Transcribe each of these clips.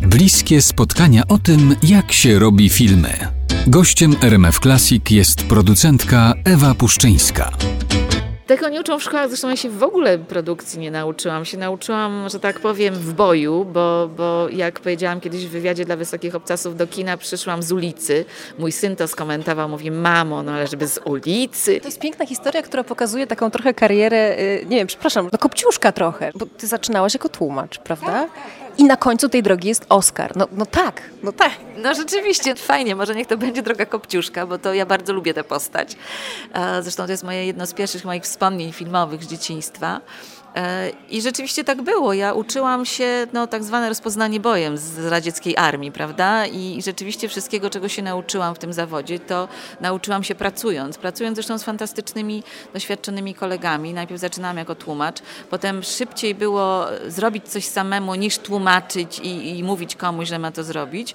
Bliskie spotkania o tym, jak się robi filmy. Gościem RMF Classic jest producentka Ewa Puszczyńska. Tego nie uczą w szkołach, zresztą ja się w ogóle produkcji nie nauczyłam. Się nauczyłam, że tak powiem, w boju, bo jak powiedziałam kiedyś w wywiadzie dla Wysokich Obcasów, do kina przyszłam z ulicy. Mój syn to skomentował, mówi: mamo, no ale żeby z ulicy. To jest piękna historia, która pokazuje taką trochę karierę, nie wiem, przepraszam, do Kopciuszka trochę, bo ty zaczynałaś jako tłumacz, prawda? I na końcu tej drogi jest Oscar. No tak. No rzeczywiście, fajnie, może niech to będzie droga Kopciuszka, bo to ja bardzo lubię tę postać. Zresztą to jest jedno z pierwszych moich wspomnień filmowych z dzieciństwa. I rzeczywiście tak było. Ja uczyłam się tak zwane rozpoznanie bojem z radzieckiej armii, prawda? I rzeczywiście wszystkiego, czego się nauczyłam w tym zawodzie, to nauczyłam się pracując. Pracując zresztą z fantastycznymi, doświadczonymi kolegami. Najpierw zaczynałam jako tłumacz, potem szybciej było zrobić coś samemu niż tłumaczyć i mówić komuś, że ma to zrobić.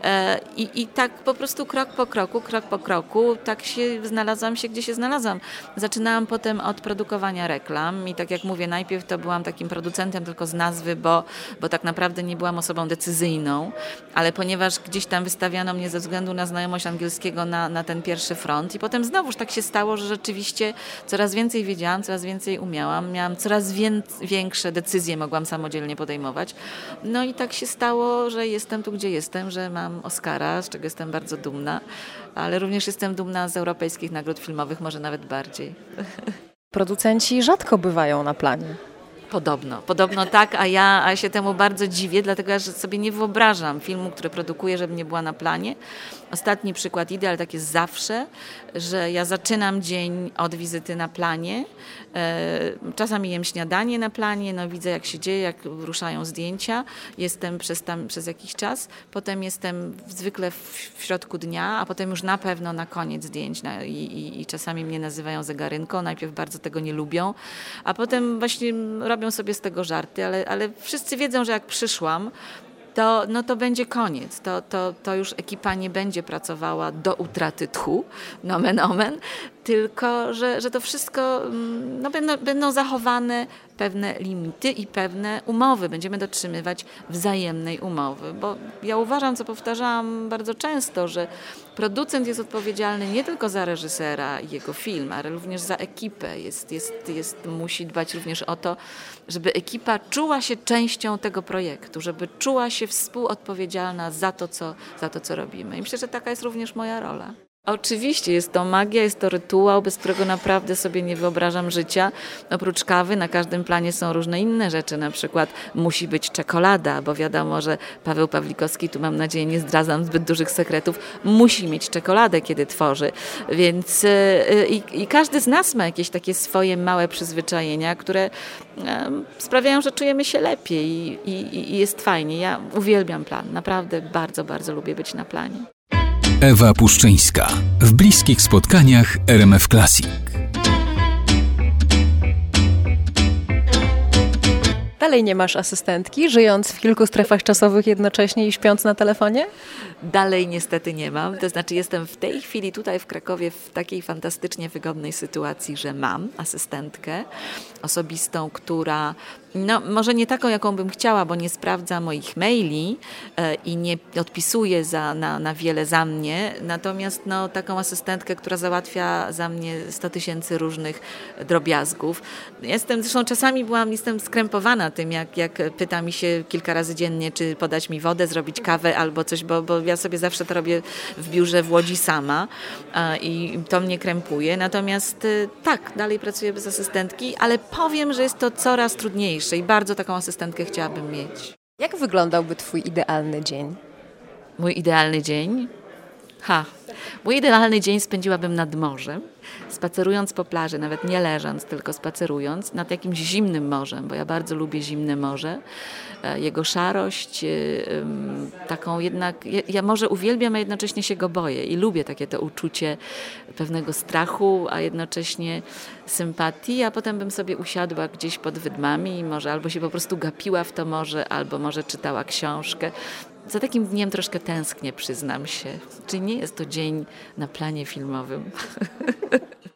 I tak po prostu krok po kroku, tak znalazłam się, gdzie się znalazłam. Zaczynałam potem od produkowania reklam i tak jak mówię, najpierw to byłam takim producentem tylko z nazwy, bo tak naprawdę nie byłam osobą decyzyjną, ale ponieważ gdzieś tam wystawiano mnie ze względu na znajomość angielskiego na ten pierwszy front i potem znowuż tak się stało, że rzeczywiście coraz więcej wiedziałam, coraz więcej umiałam, miałam coraz większe decyzje, mogłam samodzielnie podejmować. No i tak się stało, że jestem tu, gdzie jestem, że mam Oscara, z czego jestem bardzo dumna, ale również jestem dumna z europejskich nagród filmowych, może nawet bardziej. Producenci rzadko bywają na planie. Podobno tak, a ja się temu bardzo dziwię, dlatego że sobie nie wyobrażam filmu, który produkuję, żeby nie była na planie. Ostatni przykład idę, ale tak jest zawsze, że ja zaczynam dzień od wizyty na planie. Czasami jem śniadanie na planie, widzę jak się dzieje, jak ruszają zdjęcia. Jestem przez jakiś czas, potem jestem zwykle w środku dnia, a potem już na pewno na koniec zdjęć i czasami mnie nazywają zegarynką. Najpierw bardzo tego nie lubią, a potem właśnie robią sobie z tego żarty, ale wszyscy wiedzą, że jak przyszłam, to będzie koniec. To już ekipa nie będzie pracowała do utraty tchu, nomen omen, tylko że to wszystko będą zachowane pewne limity i pewne umowy. Będziemy dotrzymywać wzajemnej umowy, bo ja uważam, co powtarzałam bardzo często, że producent jest odpowiedzialny nie tylko za reżysera i jego film, ale również za ekipę. Musi dbać również o to, żeby ekipa czuła się częścią tego projektu, żeby czuła się współodpowiedzialna za to, co robimy. I myślę, że taka jest również moja rola. Oczywiście jest to magia, jest to rytuał, bez którego naprawdę sobie nie wyobrażam życia. Oprócz kawy na każdym planie są różne inne rzeczy, na przykład musi być czekolada, bo wiadomo, że Paweł Pawlikowski, tu mam nadzieję nie zdradzam zbyt dużych sekretów, musi mieć czekoladę, kiedy tworzy. Więc i każdy z nas ma jakieś takie swoje małe przyzwyczajenia, które sprawiają, że czujemy się lepiej i jest fajnie. Ja uwielbiam plan, naprawdę bardzo, bardzo lubię być na planie. Ewa Puszczyńska w bliskich spotkaniach RMF Classic. Dalej nie masz asystentki, żyjąc w kilku strefach czasowych jednocześnie i śpiąc na telefonie? Dalej niestety nie mam. To znaczy jestem w tej chwili tutaj w Krakowie w takiej fantastycznie wygodnej sytuacji, że mam asystentkę osobistą, która może nie taką, jaką bym chciała, bo nie sprawdza moich maili i nie odpisuje na wiele za mnie. Natomiast taką asystentkę, która załatwia za mnie 100 000 różnych drobiazgów. Zresztą czasami jestem skrępowana tym, jak pyta mi się kilka razy dziennie, czy podać mi wodę, zrobić kawę albo coś, bo ja sobie zawsze to robię w biurze w Łodzi sama i to mnie krępuje. Natomiast tak, dalej pracuję bez asystentki, ale powiem, że jest to coraz trudniejsze i bardzo taką asystentkę chciałabym mieć. Jak wyglądałby twój idealny dzień? Mój idealny dzień? Mój idealny dzień spędziłabym nad morzem, spacerując po plaży, nawet nie leżąc, tylko spacerując nad jakimś zimnym morzem, bo ja bardzo lubię zimne morze, jego szarość, taką jednak, ja morze uwielbiam, a jednocześnie się go boję i lubię takie to uczucie pewnego strachu, a jednocześnie sympatii, a potem bym sobie usiadła gdzieś pod wydmami i może albo się po prostu gapiła w to morze, albo może czytała książkę. Za takim dniem troszkę tęsknię, przyznam się. Czyli nie jest to dzień na planie filmowym.